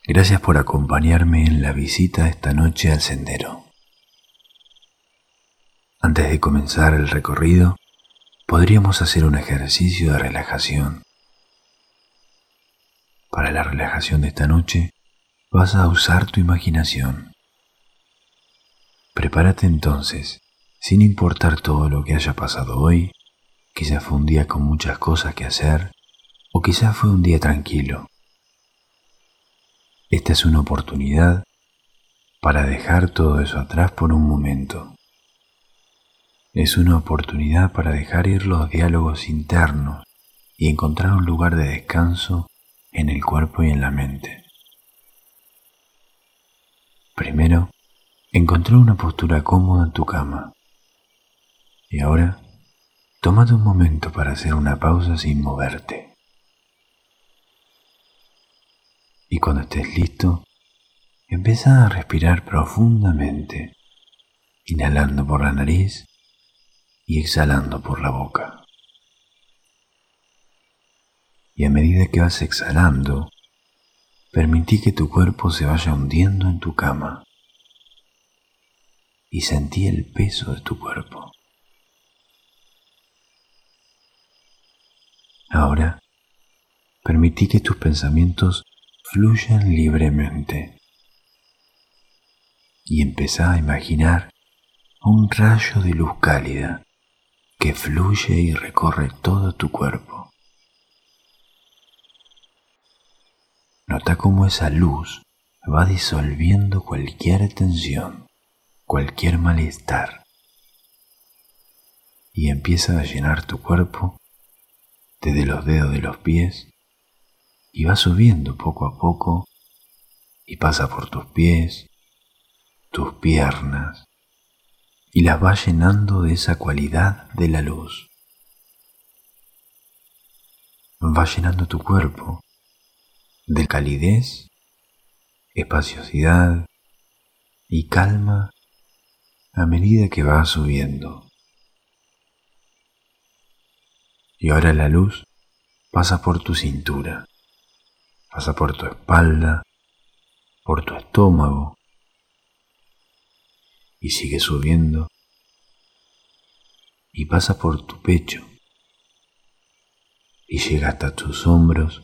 Gracias por acompañarme en la visita esta noche al sendero. Antes de comenzar el recorrido, podríamos hacer un ejercicio de relajación. Para la relajación de esta noche, vas a usar tu imaginación. Prepárate entonces, sin importar todo lo que haya pasado hoy, quizás fue un día con muchas cosas que hacer, o quizás fue un día tranquilo. Esta es una oportunidad para dejar todo eso atrás por un momento. Es una oportunidad para dejar ir los diálogos internos y encontrar un lugar de descanso en el cuerpo y en la mente. Primero, encontrá una postura cómoda en tu cama. Y ahora, tómate un momento para hacer una pausa sin moverte. Y cuando estés listo, empieza a respirar profundamente, inhalando por la nariz y exhalando por la boca. Y a medida que vas exhalando, permití que tu cuerpo se vaya hundiendo en tu cama y sentí el peso de tu cuerpo. Ahora, permití que tus pensamientos fluyan libremente y empezá a imaginar un rayo de luz cálida que fluye y recorre todo tu cuerpo. Nota cómo esa luz va disolviendo cualquier tensión, cualquier malestar, y empieza a llenar tu cuerpo desde los dedos de los pies y va subiendo poco a poco y pasa por tus pies, tus piernas y las va llenando de esa cualidad de la luz. Va llenando tu cuerpo de calidez, espaciosidad y calma a medida que va subiendo. Y ahora la luz pasa por tu cintura, pasa por tu espalda, por tu estómago y sigue subiendo y pasa por tu pecho y llega hasta tus hombros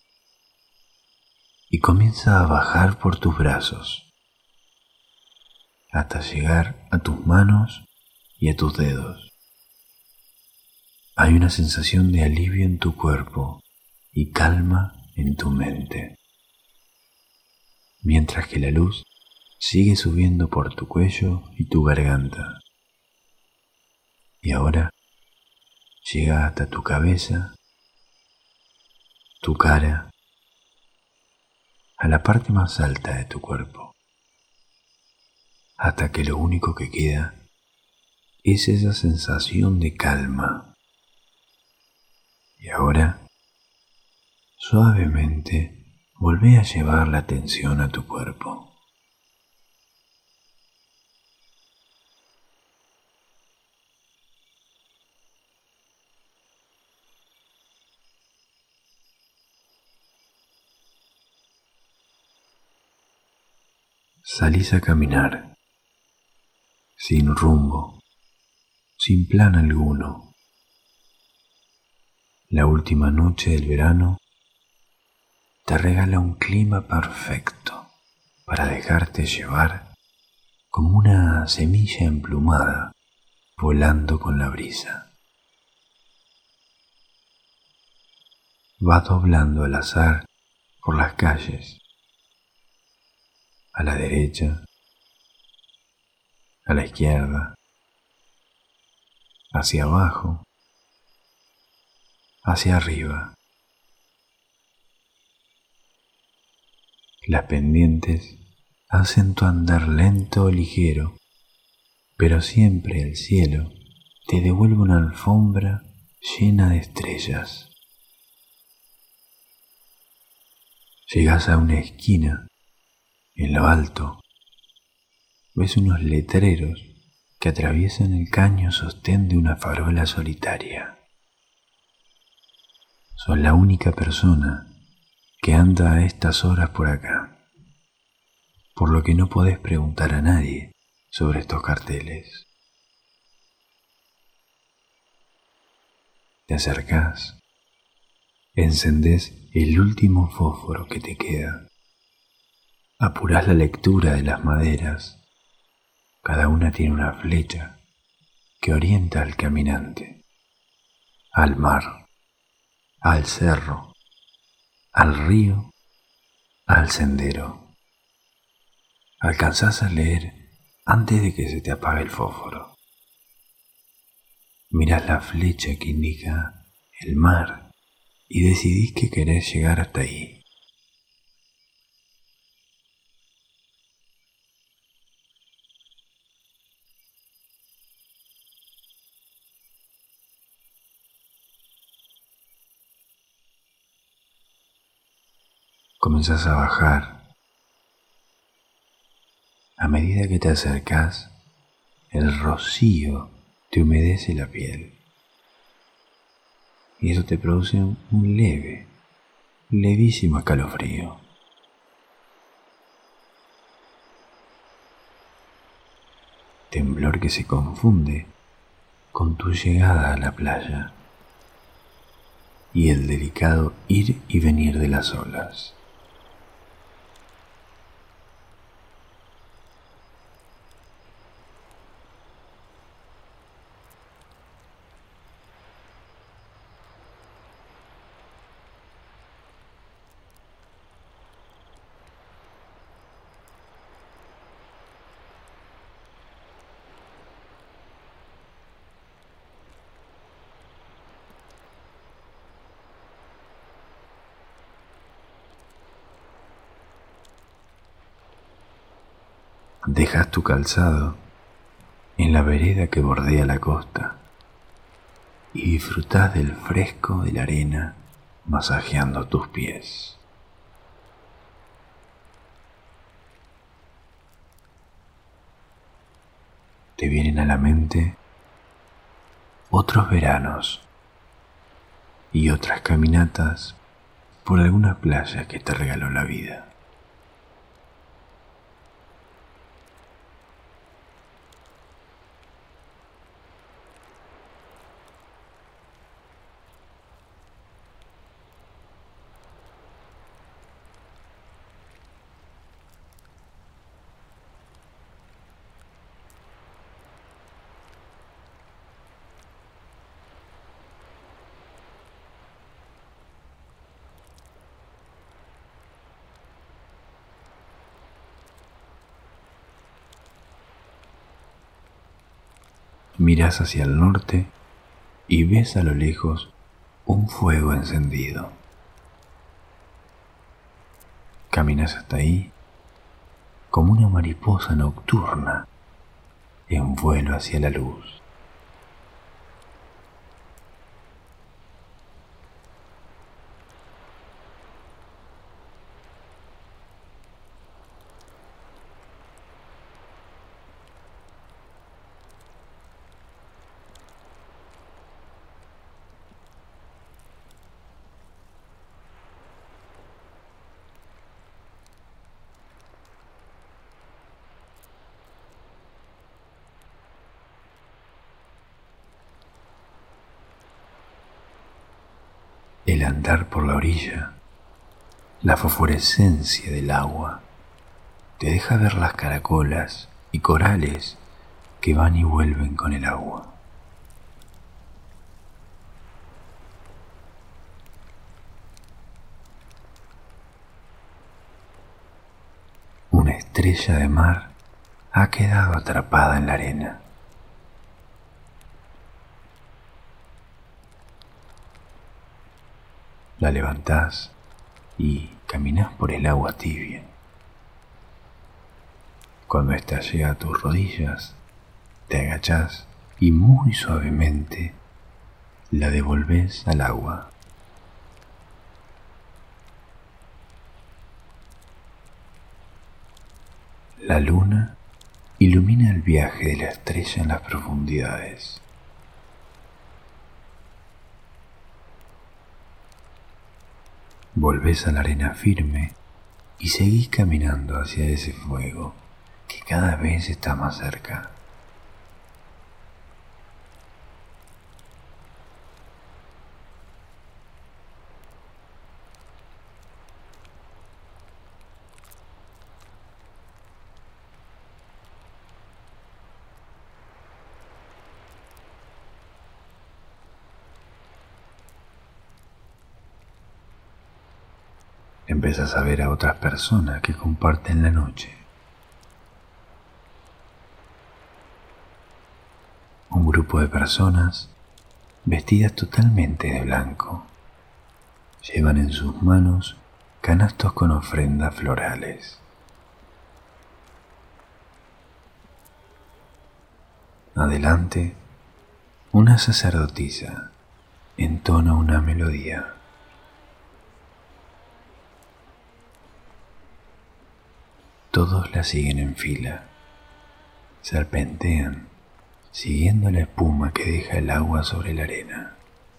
y comienza a bajar por tus brazos hasta llegar a tus manos y a tus dedos. Hay una sensación de alivio en tu cuerpo y calma en tu mente, mientras que la luz sigue subiendo por tu cuello y tu garganta. Y ahora llega hasta tu cabeza, tu cara, a la parte más alta de tu cuerpo, hasta que lo único que queda es esa sensación de calma. Y ahora, suavemente, volvé a llevar la atención a tu cuerpo. Salís a caminar, sin rumbo, sin plan alguno. La última noche del verano te regala un clima perfecto para dejarte llevar como una semilla emplumada volando con la brisa. Vas doblando al azar por las calles, a la derecha, a la izquierda, hacia abajo, hacia arriba. Las pendientes hacen tu andar lento o ligero, pero siempre el cielo te devuelve una alfombra llena de estrellas. Llegas a una esquina, en lo alto, ves unos letreros que atraviesan el caño sostén de una farola solitaria. Sos la única persona que anda a estas horas por acá. por lo que no podés preguntar a nadie sobre estos carteles. Te acercás, encendés el último fósforo que te queda, apurás la lectura de las maderas. Cada una tiene una flecha que orienta al caminante, al mar, al cerro, al río, al sendero. Alcanzás a leer antes de que se te apague el fósforo. Mirás la flecha que indica el mar y decidís que querés llegar hasta ahí. Comenzás a bajar. A medida que te acercás, el rocío te humedece la piel. Y eso te produce un levísimo escalofrío. Temblor que se confunde con tu llegada a la playa y el delicado ir y venir de las olas. Dejas tu calzado en la vereda que bordea la costa y disfrutás del fresco de la arena masajeando tus pies. Te vienen a la mente otros veranos y otras caminatas por alguna playa que te regaló la vida. Mirás hacia el norte y ves a lo lejos un fuego encendido. Caminas hasta ahí como una mariposa nocturna en vuelo hacia la luz. El andar por la orilla, la fosforescencia del agua, te deja ver las caracolas y corales que van y vuelven con el agua. Una estrella de mar ha quedado atrapada en la arena. La levantás y caminás por el agua tibia. Cuando ésta llega a tus rodillas, te agachás y muy suavemente la devolvés al agua. La luna ilumina el viaje de la estrella en las profundidades. Volvés a la arena firme y seguís caminando hacia ese fuego que cada vez está más cerca. Empiezas a ver a otras personas que comparten la noche. Un grupo de personas vestidas totalmente de blanco. Llevan en sus manos canastos con ofrendas florales. Adelante, una sacerdotisa entona una melodía. Todos la siguen en fila, serpentean, siguiendo la espuma que deja el agua sobre la arena.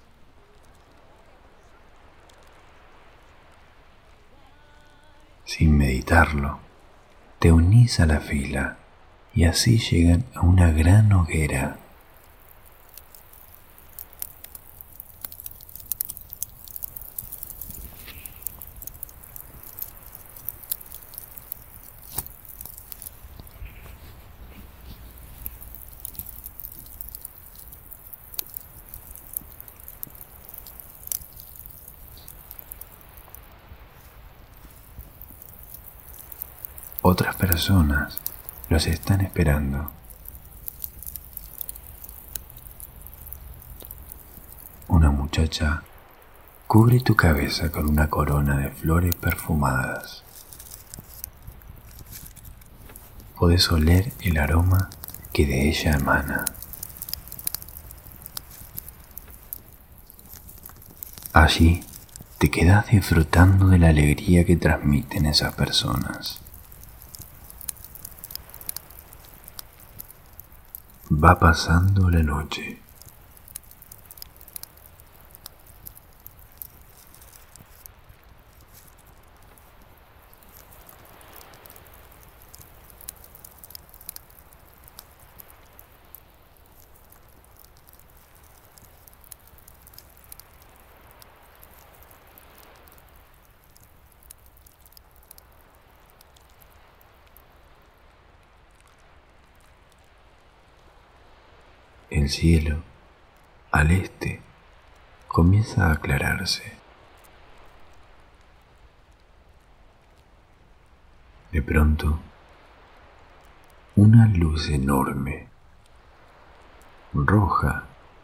Sin meditarlo, te unís a la fila y así llegan a una gran hoguera. Otras personas los están esperando. Una muchacha cubre tu cabeza con una corona de flores perfumadas. Podés oler el aroma que de ella emana. Allí te quedás disfrutando de la alegría que transmiten esas personas. Va pasando la noche. El cielo, al este, comienza a aclararse. De pronto, una luz enorme, roja,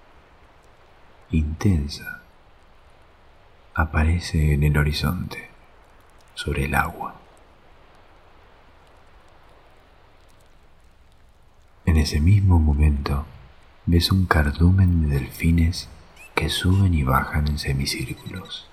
intensa, aparece en el horizonte, sobre el agua. En ese mismo momento, ves un cardumen de delfines que suben y bajan en semicírculos.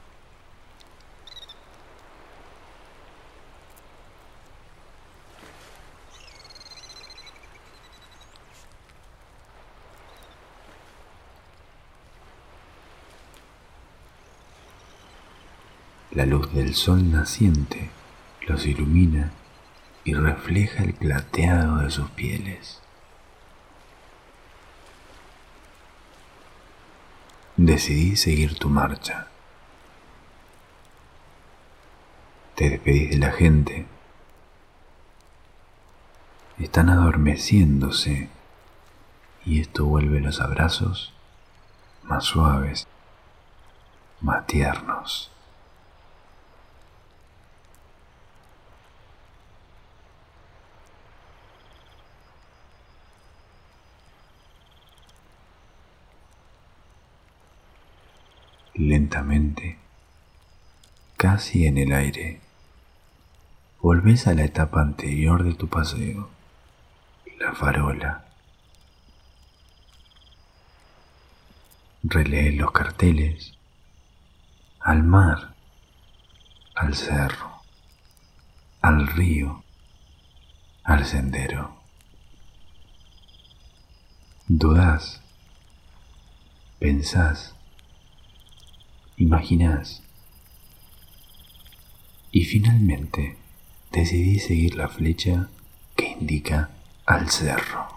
La luz del sol naciente los ilumina y refleja el plateado de sus pieles. Decidí seguir tu marcha. Te despedís de la gente. Están adormeciéndose y esto vuelve los abrazos más suaves, más tiernos. Lentamente, casi en el aire, volvés a la etapa anterior de tu paseo, la farola. Relees los carteles, al mar, al cerro, al río, al sendero. Dudás, pensás, imaginás y finalmente decidí seguir la flecha que indica al cerro.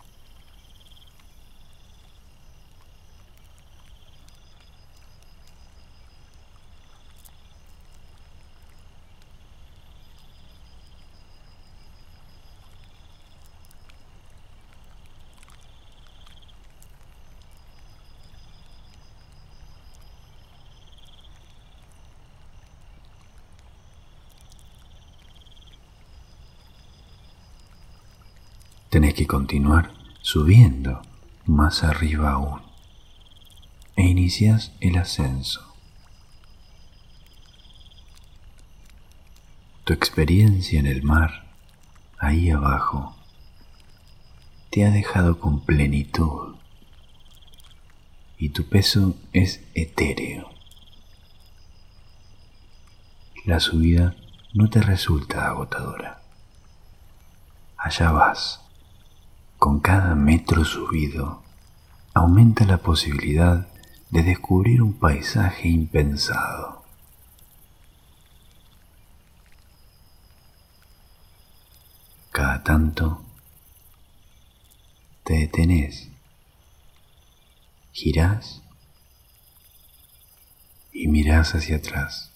Tenés que continuar subiendo más arriba aún e inicias el ascenso. Tu experiencia en el mar, ahí abajo, te ha dejado con plenitud y tu peso es etéreo. La subida no te resulta agotadora. Allá vas. Con cada metro subido, aumenta la posibilidad de descubrir un paisaje impensado. Cada tanto, te detenés, girás y mirás hacia atrás.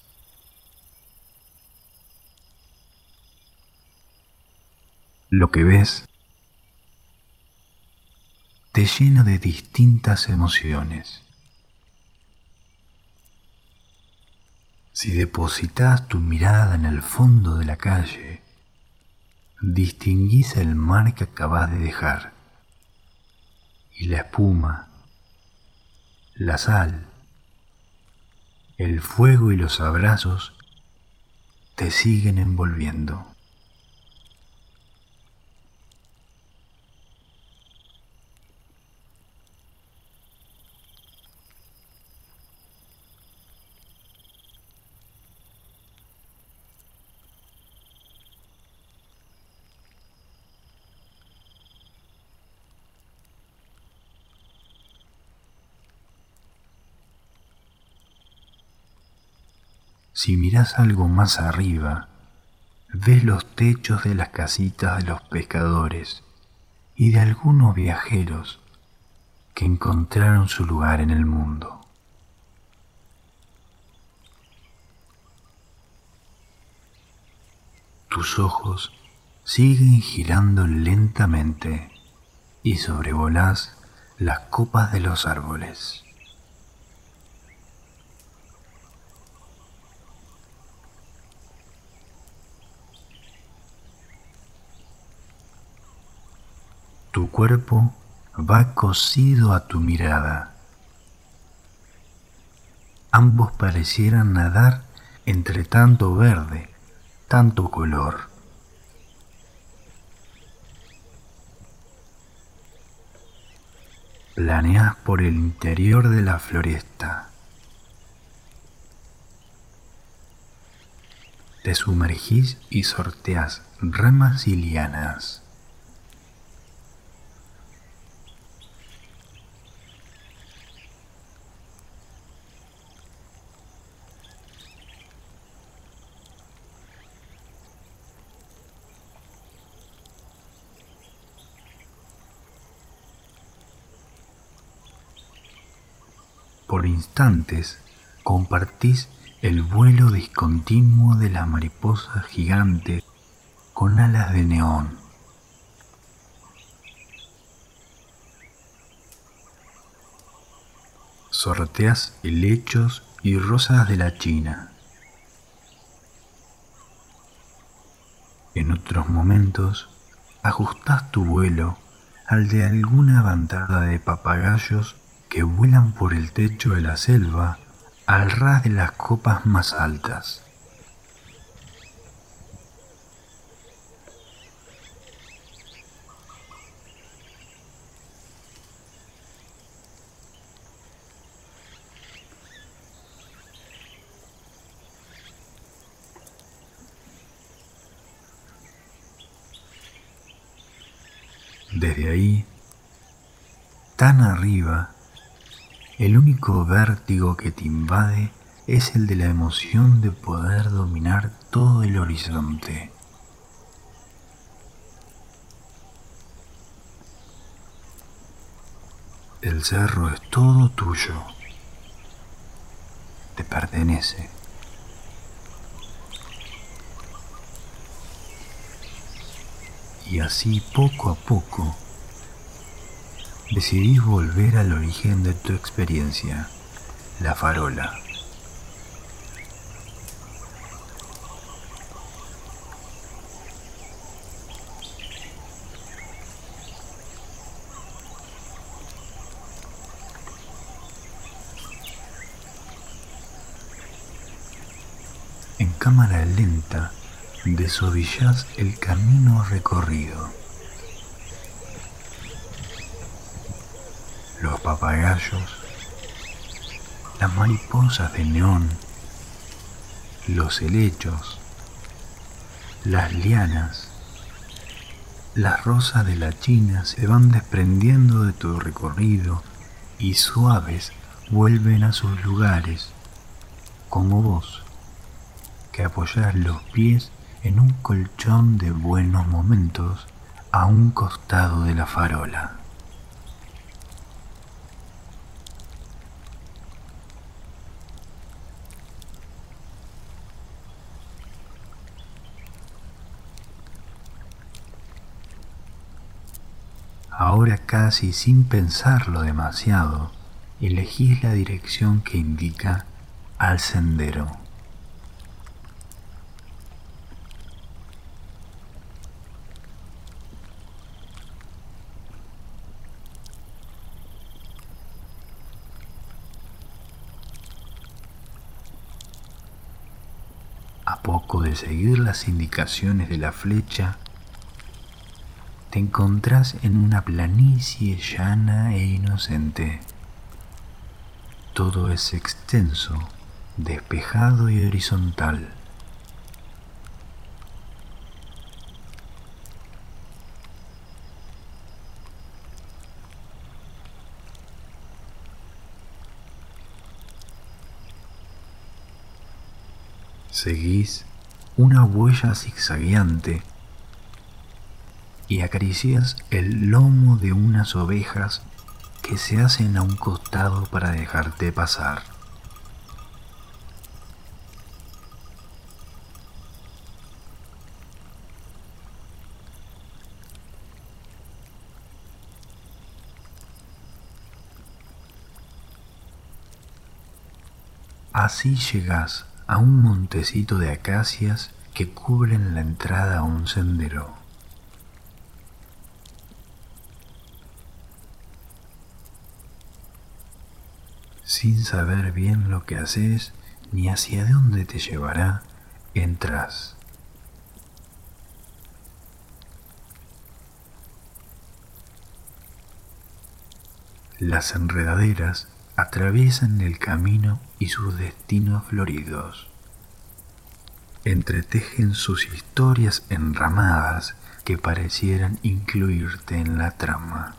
Lo que ves te llena de distintas emociones. Si depositas tu mirada en el fondo de la calle, distinguís el mar que acabas de dejar y la espuma, la sal, el fuego y los abrazos te siguen envolviendo. Si mirás algo más arriba, ves los techos de las casitas de los pescadores y de algunos viajeros que encontraron su lugar en el mundo. Tus ojos siguen girando lentamente y sobrevolás las copas de los árboles. Tu cuerpo va cosido a tu mirada. Ambos parecieran nadar entre tanto verde, tanto color. Planeás por el interior de la floresta. Te sumergís y sorteás ramas y lianas. Por instantes compartís el vuelo discontinuo de las mariposas gigantes con alas de neón. Sorteás helechos y rosas de la China. En otros momentos ajustás tu vuelo al de alguna bandada de papagayos que vuelan por el techo de la selva al ras de las copas más altas. Desde ahí, tan arriba, el único vértigo que te invade es el de la emoción de poder dominar todo el horizonte. El cerro es todo tuyo, te pertenece. Y así poco a poco decidís volver al origen de tu experiencia, la farola. En cámara lenta desovillás el camino recorrido. Los papagayos, las mariposas de neón, los helechos, las lianas, las rosas de la China se van desprendiendo de tu recorrido y suaves vuelven a sus lugares, como vos, que apoyás los pies en un colchón de buenos momentos a un costado de la farola. Ahora casi sin pensarlo demasiado, elegís la dirección que indica al sendero. A poco de seguir las indicaciones de la flecha, te encontrás en una planicie llana e inocente. Todo es extenso, despejado y horizontal. Seguís una huella zigzagueante y acaricias el lomo de unas ovejas que se hacen a un costado para dejarte pasar. Así llegás a un montecito de acacias que cubren la entrada a un sendero. Sin saber bien lo que haces ni hacia dónde te llevará, entras. Las enredaderas atraviesan el camino y sus destinos floridos. Entretejen sus historias enramadas que parecieran incluirte en la trama.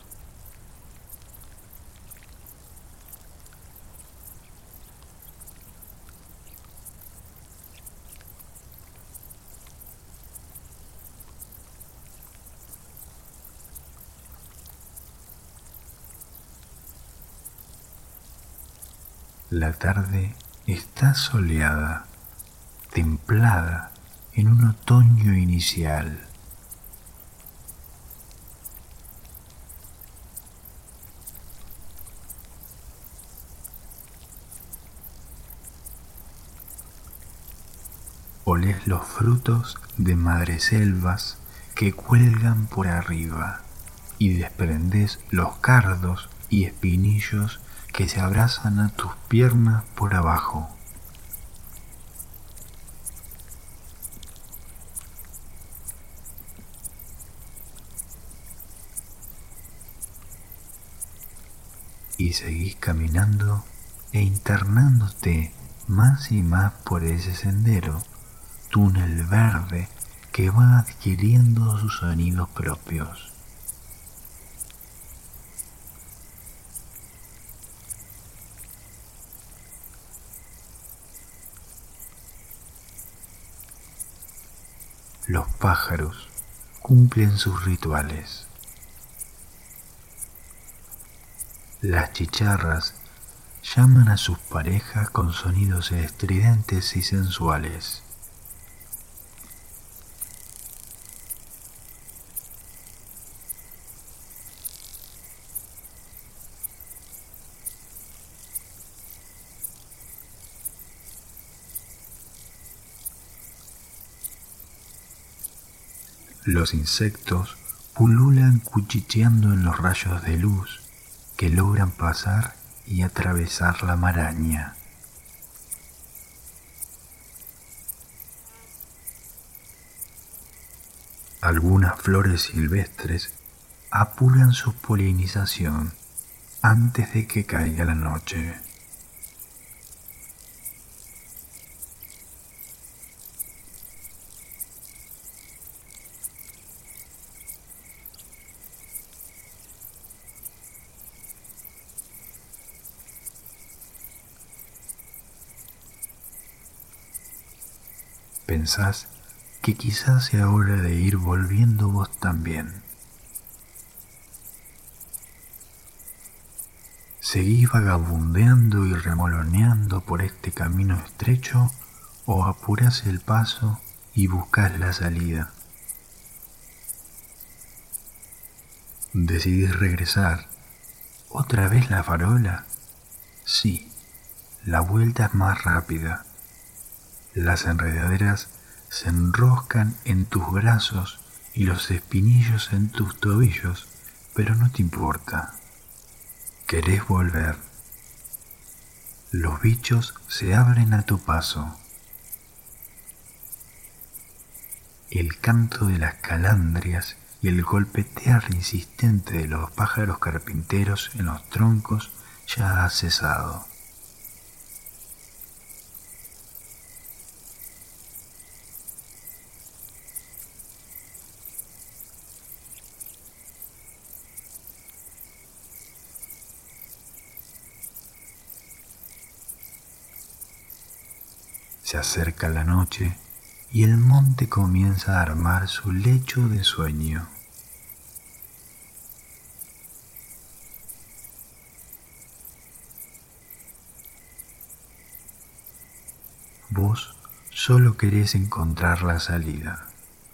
La tarde está soleada, templada en un otoño inicial. Olés los frutos de madreselvas que cuelgan por arriba y desprendés los cardos y espinillos que se abrazan a tus piernas por abajo. Y seguís caminando e internándote más y más por ese sendero, túnel verde que va adquiriendo sus sonidos propios. los pájaros cumplen sus rituales. Las chicharras llaman a sus parejas con sonidos estridentes y sensuales. Los insectos pululan cuchicheando en los rayos de luz que logran pasar y atravesar la maraña. Algunas flores silvestres apuran su polinización antes de que caiga la noche. Pensás que quizás sea hora de ir volviendo vos también. ¿Seguís vagabundeando y remoloneando por este camino estrecho o apurás el paso y buscás la salida? ¿Decidís regresar? ¿Otra vez la farola? Sí, la vuelta es más rápida. Las enredaderas se enroscan en tus brazos y los espinillos en tus tobillos, pero no te importa. Querés volver. Los bichos se abren a tu paso. El canto de las calandrias y el golpetear insistente de los pájaros carpinteros en los troncos ya ha cesado. Se acerca la noche y el monte comienza a armar su lecho de sueño. Vos solo querés encontrar la salida.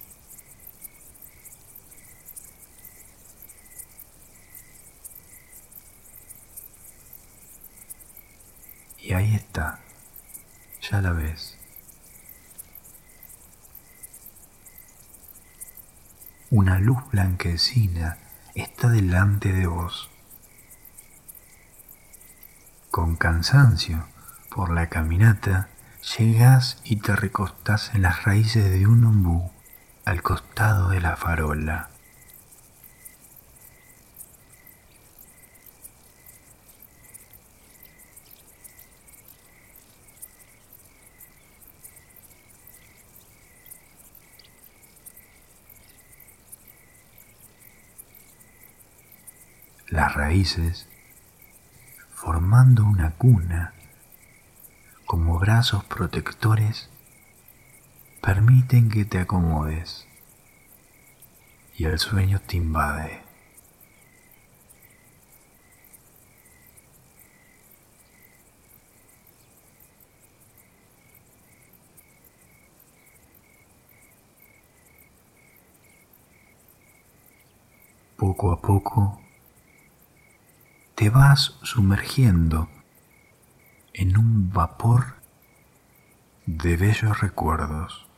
Y ahí está, ya la ves. Una luz blanquecina está delante de vos. Con cansancio por la caminata, llegás y te recostás en las raíces de un ombú al costado de la farola. Las raíces, formando una cuna, como brazos protectores, permiten que te acomodes y el sueño te invade. Poco a poco te vas sumergiendo en un vapor de bellos recuerdos.